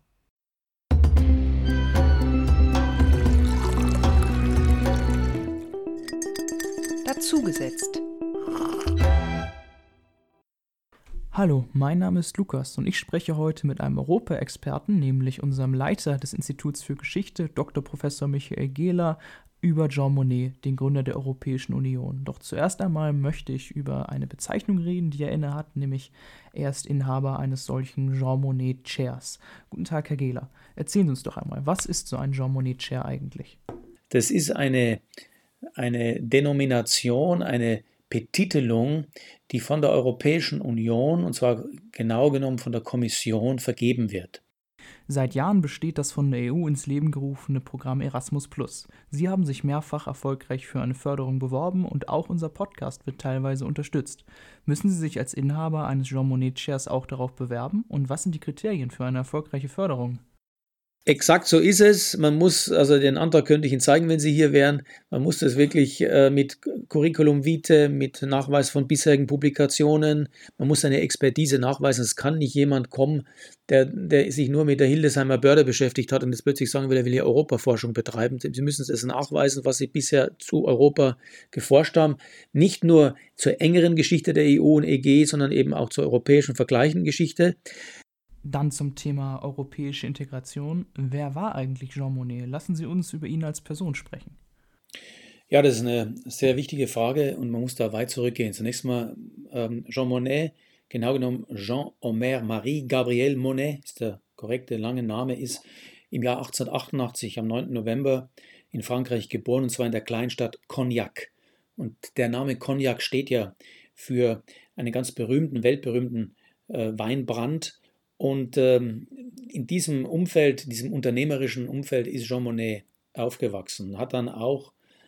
A: Dazugesetzt.
I: Hallo, mein Name ist Lukas und ich spreche heute mit einem Europa-Experten, nämlich unserem Leiter des Instituts für Geschichte, Doktor Professor Michael Gehler, über Jean Monnet, den Gründer der Europäischen Union. Doch zuerst einmal möchte ich über eine Bezeichnung reden, die er innehat, nämlich er ist Inhaber eines solchen Jean Monnet Chairs. Guten Tag, Herr Gehler. Erzählen Sie uns doch einmal, was ist so ein Jean Monnet Chair eigentlich?
J: Das ist eine, eine Denomination, eine Betitelung, die von der Europäischen Union, und zwar genau genommen von der Kommission, vergeben wird.
I: Seit Jahren besteht das von der E U ins Leben gerufene Programm Erasmus Plus. Sie haben sich mehrfach erfolgreich für eine Förderung beworben und auch unser Podcast wird teilweise unterstützt. Müssen Sie sich als Inhaber eines Jean Monnet Chairs auch darauf bewerben? Und was sind die Kriterien für eine erfolgreiche Förderung?
J: Exakt so ist es. Man muss, also den Antrag könnte ich Ihnen zeigen, wenn Sie hier wären. Man muss das wirklich äh, mit Curriculum Vitae, mit Nachweis von bisherigen Publikationen, man muss seine Expertise nachweisen. Es kann nicht jemand kommen, der, der sich nur mit der Hildesheimer Börde beschäftigt hat und jetzt plötzlich sagen will, er will hier Europaforschung betreiben. Sie müssen es nachweisen, was Sie bisher zu Europa geforscht haben. Nicht nur zur engeren Geschichte der E U und E G, sondern eben auch zur europäischen vergleichenden Geschichte.
I: Dann zum Thema europäische Integration. Wer war eigentlich Jean Monnet? Lassen Sie uns über ihn als Person sprechen.
J: Ja, das ist eine sehr wichtige Frage und man muss da weit zurückgehen. Zunächst mal ähm, Jean Monnet, genau genommen Jean-Omer Marie Gabriel Monnet, ist der korrekte lange Name, ist im Jahr achtzehnhundertachtundachtzig am neunten November in Frankreich geboren, und zwar in der Kleinstadt Cognac. Und der Name Cognac steht ja für einen ganz berühmten, weltberühmten äh, Weinbrand. Und ähm, in diesem Umfeld, diesem unternehmerischen Umfeld ist Jean Monnet aufgewachsen, hat dann auch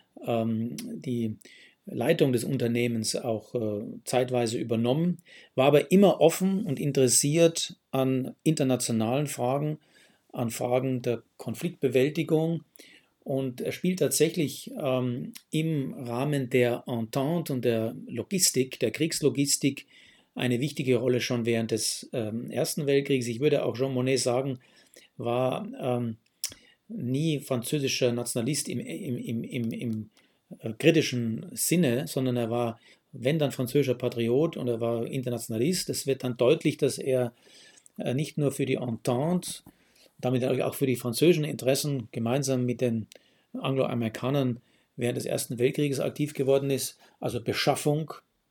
J: ähm, die Leitung des Unternehmens auch äh, zeitweise übernommen, war aber immer offen und interessiert an internationalen Fragen, an Fragen der Konfliktbewältigung, und er spielt tatsächlich ähm, im Rahmen der Entente und der Logistik, der Kriegslogistik, eine wichtige Rolle schon während des ähm, Ersten Weltkriegs. Ich würde auch Jean Monnet sagen, war ähm, nie französischer Nationalist im, im, im, im, im äh, kritischen Sinne, sondern er war, wenn dann, französischer Patriot, und er war Internationalist. Es wird dann deutlich, dass er äh, nicht nur für die Entente, damit auch für die französischen Interessen gemeinsam mit den Angloamerikanern während des Ersten Weltkrieges aktiv geworden ist, also Beschaffung,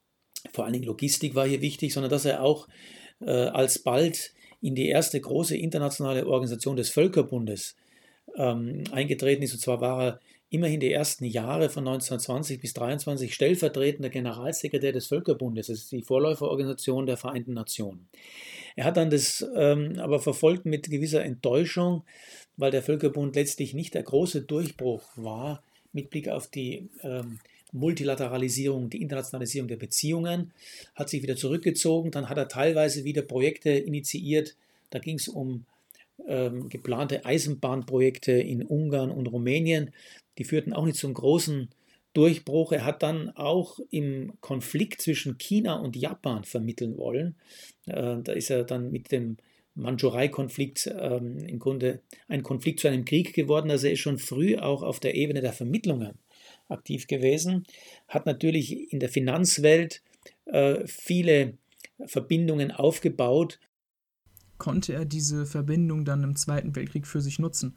J: vor allen Dingen Logistik war hier wichtig, sondern dass er auch äh, alsbald in die erste große internationale Organisation des Völkerbundes ähm, eingetreten ist. Und zwar war er immerhin die ersten Jahre von neunzehnhundertzwanzig bis neunzehnhundertdreiundzwanzig stellvertretender Generalsekretär des Völkerbundes. Das ist die Vorläuferorganisation der Vereinten Nationen. Er hat dann das ähm, aber verfolgt mit gewisser Enttäuschung, weil der Völkerbund letztlich nicht der große Durchbruch war mit Blick auf die ähm, Multilateralisierung, die Internationalisierung der Beziehungen, hat sich wieder zurückgezogen. Dann hat er teilweise wieder Projekte initiiert. Da ging es um ähm, geplante Eisenbahnprojekte in Ungarn und Rumänien. Die führten auch nicht zum großen Durchbruch. Er hat dann auch im Konflikt zwischen China und Japan vermitteln wollen. Äh, da ist er dann mit dem Mandschurei-Konflikt ähm, im Grunde ein Konflikt zu einem Krieg geworden. Also er ist schon früh auch auf der Ebene der Vermittlungen aktiv gewesen, hat natürlich in der Finanzwelt äh, viele Verbindungen aufgebaut.
I: Konnte er diese Verbindung dann im Zweiten Weltkrieg für sich nutzen?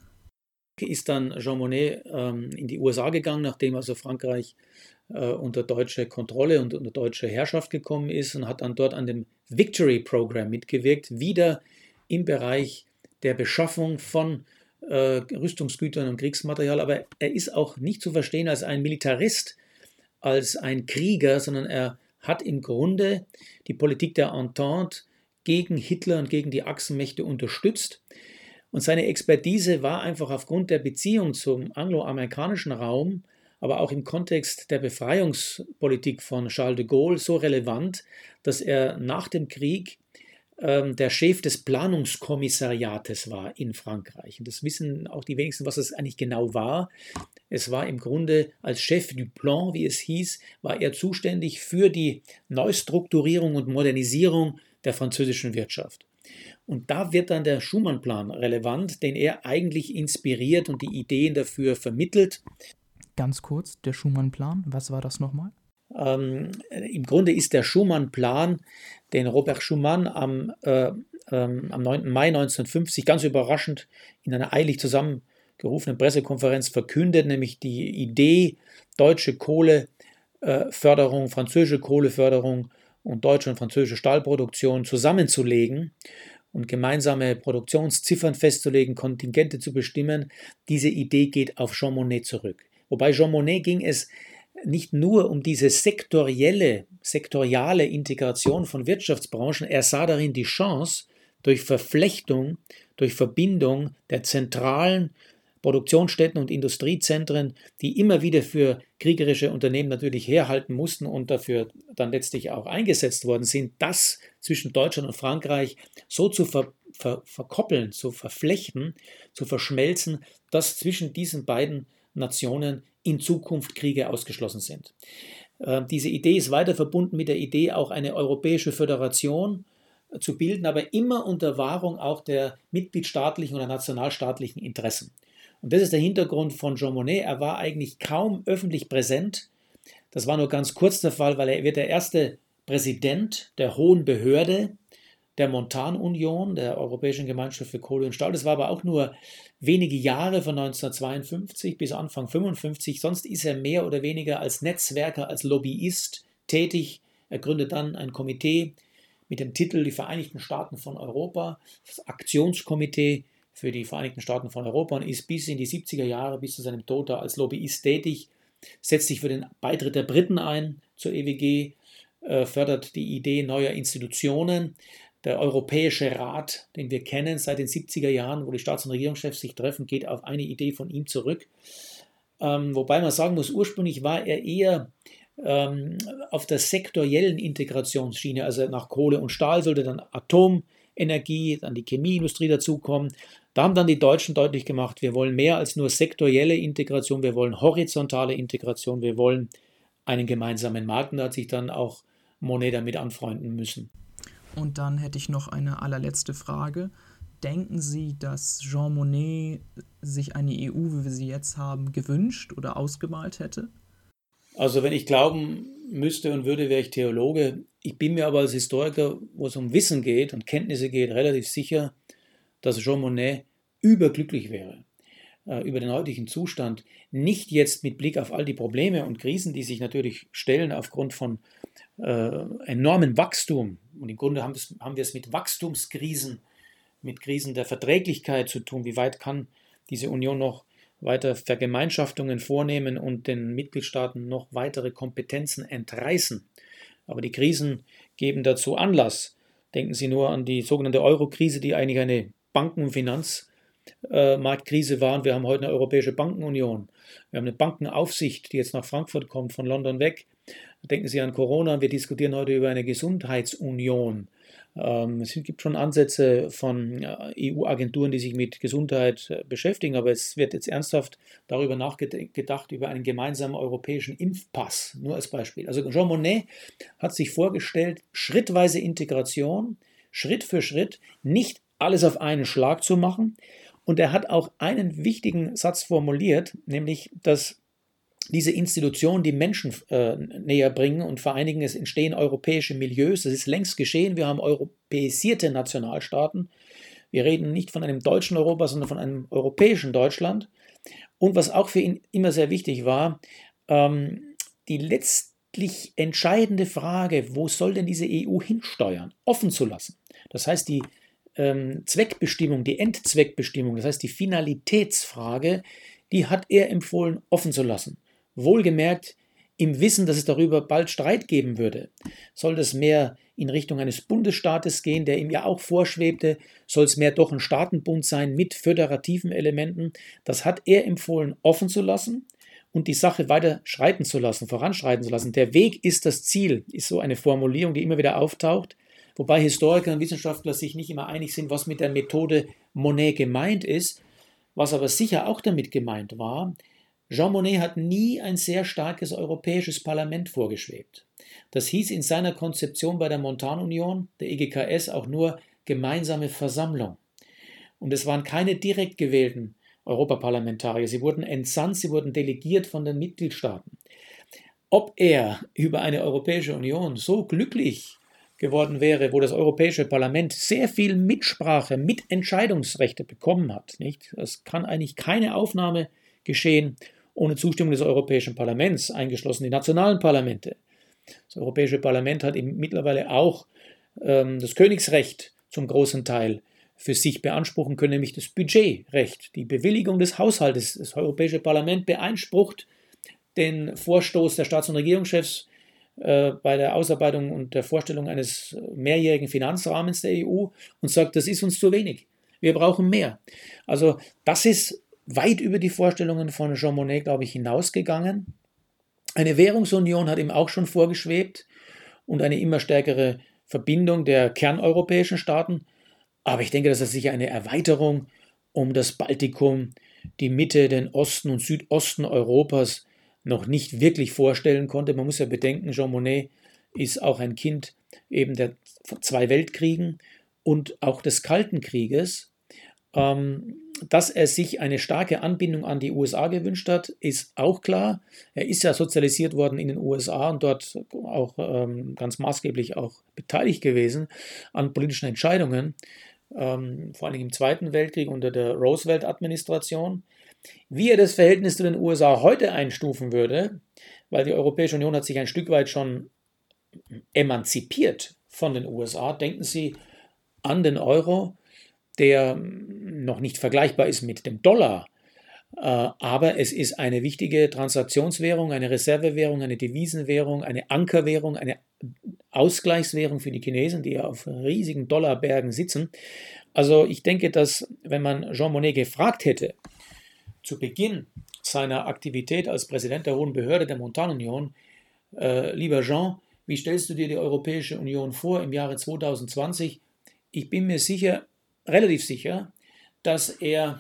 J: Ist dann Jean Monnet ähm, in die U S A gegangen, nachdem also Frankreich äh, unter deutsche Kontrolle und unter deutsche Herrschaft gekommen ist, und hat dann dort an dem Victory Program mitgewirkt, wieder im Bereich der Beschaffung von äh, Rüstungsgütern und Kriegsmaterial. Aber er ist auch nicht zu verstehen als ein Militarist, als ein Krieger, sondern er hat im Grunde die Politik der Entente gegen Hitler und gegen die Achsenmächte unterstützt. Und seine Expertise war einfach aufgrund der Beziehung zum angloamerikanischen Raum, aber auch im Kontext der Befreiungspolitik von Charles de Gaulle so relevant, dass er nach dem Krieg ähm, der Chef des Planungskommissariates war in Frankreich. Und das wissen auch die wenigsten, was es eigentlich genau war. Es war im Grunde als Chef du Plan, wie es hieß, war er zuständig für die Neustrukturierung und Modernisierung der französischen Wirtschaft. Und da wird dann der Schuman-Plan relevant, den er eigentlich inspiriert und die Ideen dafür vermittelt.
I: Ganz kurz, der Schuman-Plan, was war das nochmal?
J: Ähm, Im Grunde ist der Schuman-Plan, den Robert Schuman am, äh, ähm, am neunten Mai neunzehnhundertfünfzig ganz überraschend in einer eilig zusammengerufenen Pressekonferenz verkündet, nämlich die Idee, deutsche Kohleförderung, äh, französische Kohleförderung und deutsche und französische Stahlproduktion zusammenzulegen und gemeinsame Produktionsziffern festzulegen, Kontingente zu bestimmen. Diese Idee geht auf Jean Monnet zurück. Wobei Jean Monnet ging es nicht nur um diese sektorielle, sektoriale Integration von Wirtschaftsbranchen, er sah darin die Chance, durch Verflechtung, durch Verbindung der zentralen Produktionsstätten und Industriezentren, die immer wieder für kriegerische Unternehmen natürlich herhalten mussten und dafür dann letztlich auch eingesetzt worden sind, das zwischen Deutschland und Frankreich so zu ver, ver, verkoppeln, zu verflechten, zu verschmelzen, dass zwischen diesen beiden Nationen in Zukunft Kriege ausgeschlossen sind. Äh, diese Idee ist weiter verbunden mit der Idee, auch eine europäische Föderation äh, zu bilden, aber immer unter Wahrung auch der mitgliedstaatlichen oder nationalstaatlichen Interessen. Und das ist der Hintergrund von Jean Monnet. Er war eigentlich kaum öffentlich präsent. Das war nur ganz kurz der Fall, weil er wird der erste Präsident der Hohen Behörde der Montanunion, der Europäischen Gemeinschaft für Kohle und Stahl. Das war aber auch nur wenige Jahre von neunzehnhundertzweiundfünfzig bis Anfang fünfundfünfzig. Sonst ist er mehr oder weniger als Netzwerker, als Lobbyist tätig. Er gründet dann ein Komitee mit dem Titel Die Vereinigten Staaten von Europa, das Aktionskomitee für die Vereinigten Staaten von Europa, und ist bis in die siebziger Jahre, bis zu seinem Tod da als Lobbyist tätig, setzt sich für den Beitritt der Briten ein zur E W G, äh, fördert die Idee neuer Institutionen. Der Europäische Rat, den wir kennen seit den siebziger Jahren, wo die Staats- und Regierungschefs sich treffen, geht auf eine Idee von ihm zurück. Ähm, wobei man sagen muss, ursprünglich war er eher ähm, auf der sektoriellen Integrationsschiene, also nach Kohle und Stahl sollte dann Atomenergie, dann die Chemieindustrie dazukommen. Da haben dann die Deutschen deutlich gemacht, wir wollen mehr als nur sektorielle Integration, wir wollen horizontale Integration, wir wollen einen gemeinsamen Markt, und da hat sich dann auch Monnet damit anfreunden müssen.
I: Und dann hätte ich noch eine allerletzte Frage. Denken Sie, dass Jean Monnet sich eine E U, wie wir sie jetzt haben, gewünscht oder ausgemalt hätte?
J: Also wenn ich glauben müsste und würde, wäre ich Theologe. Ich bin mir aber als Historiker, wo es um Wissen geht und Kenntnisse geht, relativ sicher, dass Jean Monnet überglücklich wäre äh, über den heutigen Zustand. Nicht jetzt mit Blick auf all die Probleme und Krisen, die sich natürlich stellen aufgrund von äh, enormem Wachstum. Und im Grunde haben, das, haben wir es mit Wachstumskrisen, mit Krisen der Verträglichkeit zu tun. Wie weit kann diese Union noch weiter Vergemeinschaftungen vornehmen und den Mitgliedstaaten noch weitere Kompetenzen entreißen? Aber die Krisen geben dazu Anlass. Denken Sie nur an die sogenannte Euro-Krise, die eigentlich eine Banken- und Finanzmarktkrise war. Und wir haben heute eine Europäische Bankenunion. Wir haben eine Bankenaufsicht, die jetzt nach Frankfurt kommt, von London weg. Denken Sie an Corona. Wir diskutieren heute über eine Gesundheitsunion. Ähm, es gibt schon Ansätze von E U-Agenturen, die sich mit Gesundheit beschäftigen, aber es wird jetzt ernsthaft darüber nachgedacht, über einen gemeinsamen europäischen Impfpass, nur als Beispiel. Also Jean Monnet hat sich vorgestellt, schrittweise Integration, Schritt für Schritt, nicht alles auf einen Schlag zu machen. Und er hat auch einen wichtigen Satz formuliert, nämlich, dass diese Institutionen die Menschen äh, näher bringen und vereinigen. Es entstehen europäische Milieus. Das ist längst geschehen. Wir haben europäisierte Nationalstaaten. Wir reden nicht von einem deutschen Europa, sondern von einem europäischen Deutschland. Und was auch für ihn immer sehr wichtig war, ähm, die letztlich entscheidende Frage, wo soll denn diese E U hinsteuern, offen zu lassen. Das heißt, die ähm, Zweckbestimmung, die Endzweckbestimmung, das heißt die Finalitätsfrage, die hat er empfohlen, offen zu lassen. Wohlgemerkt im Wissen, dass es darüber bald Streit geben würde. Soll das mehr in Richtung eines Bundesstaates gehen, der ihm ja auch vorschwebte? Soll es mehr doch ein Staatenbund sein mit föderativen Elementen? Das hat er empfohlen, offen zu lassen und die Sache weiter schreiten zu lassen, voranschreiten zu lassen. Der Weg ist das Ziel, ist so eine Formulierung, die immer wieder auftaucht, wobei Historiker und Wissenschaftler sich nicht immer einig sind, was mit der Methode Monnet gemeint ist. Was aber sicher auch damit gemeint war, Jean Monnet hat nie ein sehr starkes europäisches Parlament vorgeschwebt. Das hieß in seiner Konzeption bei der Montanunion, der E G K S, auch nur gemeinsame Versammlung. Und es waren keine direkt gewählten Europaparlamentarier. Sie wurden entsandt, sie wurden delegiert von den Mitgliedstaaten. Ob er über eine Europäische Union so glücklich geworden wäre, wo das Europäische Parlament sehr viel Mitsprache, Mitentscheidungsrechte bekommen hat, nicht? Es kann eigentlich keine Aufnahme geschehen ohne Zustimmung des Europäischen Parlaments, eingeschlossen die nationalen Parlamente. Das Europäische Parlament hat eben mittlerweile auch ähm, das Königsrecht zum großen Teil für sich beanspruchen können, nämlich das Budgetrecht, die Bewilligung des Haushaltes. Das Europäische Parlament beansprucht den Vorstoß der Staats- und Regierungschefs äh, bei der Ausarbeitung und der Vorstellung eines mehrjährigen Finanzrahmens der E U und sagt, das ist uns zu wenig. Wir brauchen mehr. Also das ist weit über die Vorstellungen von Jean Monnet, glaube ich, hinausgegangen. Eine Währungsunion hat ihm auch schon vorgeschwebt und eine immer stärkere Verbindung der kerneuropäischen Staaten. Aber ich denke, dass er sicher eine Erweiterung um das Baltikum, die Mitte, den Osten und Südosten Europas noch nicht wirklich vorstellen konnte. Man muss ja bedenken, Jean Monnet ist auch ein Kind eben der zwei Weltkriegen und auch des Kalten Krieges. Ähm, dass er sich eine starke Anbindung an die U S A gewünscht hat, ist auch klar. Er ist ja sozialisiert worden in den U S A und dort auch ähm, ganz maßgeblich auch beteiligt gewesen an politischen Entscheidungen, ähm, vor allem im Zweiten Weltkrieg unter der Roosevelt-Administration. Wie er das Verhältnis zu den U S A heute einstufen würde, weil die Europäische Union hat sich ein Stück weit schon emanzipiert von den U S A. Denken Sie an den Euro, der noch nicht vergleichbar ist mit dem Dollar, aber es ist eine wichtige Transaktionswährung, eine Reservewährung, eine Devisenwährung, eine Ankerwährung, eine Ausgleichswährung für die Chinesen, die ja auf riesigen Dollarbergen sitzen. Also ich denke, dass wenn man Jean Monnet gefragt hätte, zu Beginn seiner Aktivität als Präsident der Hohen Behörde der Montanunion, äh, lieber Jean, wie stellst du dir die Europäische Union vor im Jahre zwanzig zwanzig? Ich bin mir sicher, relativ sicher, dass er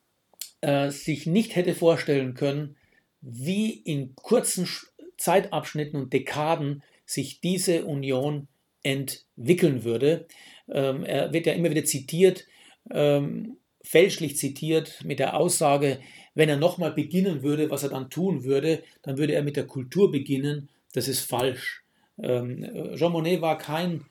J: äh, sich nicht hätte vorstellen können, wie in kurzen Zeitabschnitten und Dekaden sich diese Union entwickeln würde. Ähm, er wird ja immer wieder zitiert, ähm, fälschlich zitiert mit der Aussage, wenn er nochmal beginnen würde, was er dann tun würde, dann würde er mit der Kultur beginnen. Das ist falsch. Ähm, Jean Monnet war kein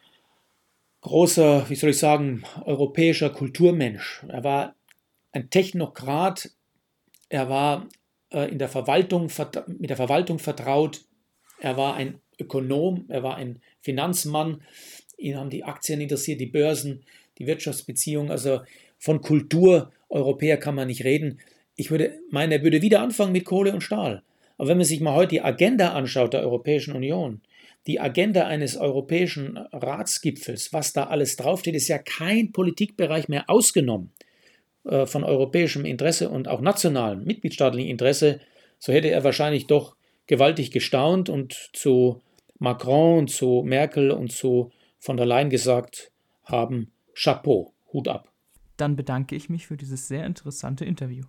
J: großer, wie soll ich sagen, europäischer Kulturmensch. Er war ein Technokrat, er war äh, in der Verwaltung, mit der Verwaltung vertraut, er war ein Ökonom, er war ein Finanzmann, ihn haben die Aktien interessiert, die Börsen, die Wirtschaftsbeziehungen, also von Kultur Europäer kann man nicht reden. Ich würde meinen, er würde wieder anfangen mit Kohle und Stahl. Aber wenn man sich mal heute die Agenda anschaut der Europäischen Union, die Agenda eines europäischen Ratsgipfels, was da alles draufsteht, ist ja kein Politikbereich mehr ausgenommen äh, von europäischem Interesse und auch nationalem, mitgliedstaatlichem Interesse. So hätte er wahrscheinlich doch gewaltig gestaunt und zu Macron und zu Merkel und zu von der Leyen gesagt haben, Chapeau, Hut ab.
I: Dann bedanke ich mich für dieses sehr interessante Interview.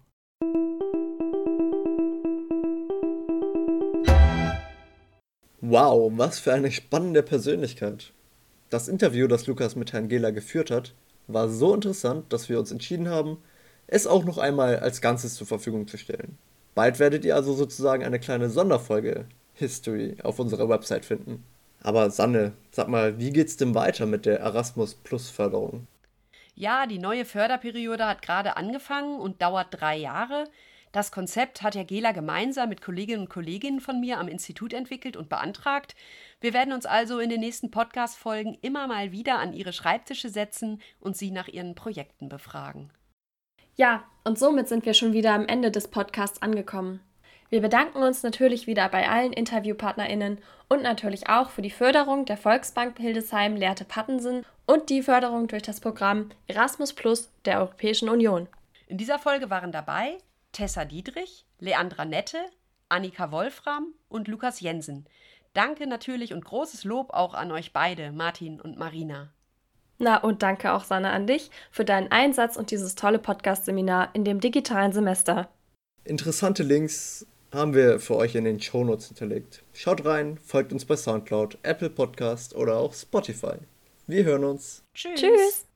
C: Wow, was für eine spannende Persönlichkeit. Das Interview, das Lukas mit Herrn Gehler geführt hat, war so interessant, dass wir uns entschieden haben, es auch noch einmal als Ganzes zur Verfügung zu stellen. Bald werdet ihr also sozusagen eine kleine Sonderfolge History auf unserer Website finden. Aber Sanne, sag mal, wie geht's denn weiter mit der Erasmus-Plus-Förderung?
A: Ja, die neue Förderperiode hat gerade angefangen und dauert drei Jahre. Das Konzept hat Herr Gehler gemeinsam mit Kolleginnen und Kollegen von mir am Institut entwickelt und beantragt. Wir werden uns also in den nächsten Podcast-Folgen immer mal wieder an Ihre Schreibtische setzen und Sie nach Ihren Projekten befragen.
G: Ja, und somit sind wir schon wieder am Ende des Podcasts angekommen. Wir bedanken uns natürlich wieder bei allen InterviewpartnerInnen und natürlich auch für die Förderung der Volksbank Hildesheim Lehrte Pattensen und die Förderung durch das Programm Erasmus Plus der Europäischen Union.
A: In dieser Folge waren dabei Tessa Dietrich, Leandra Nette, Annika Wolfram und Lukas Jensen. Danke natürlich und großes Lob auch an euch beide, Martin und Marina.
G: Na und danke auch, Sanne, an dich für deinen Einsatz und dieses tolle Podcast-Seminar in dem digitalen Semester.
C: Interessante Links haben wir für euch in den Shownotes hinterlegt. Schaut rein, folgt uns bei Soundcloud, Apple Podcast oder auch Spotify. Wir hören uns.
G: Tschüss. Tschüss.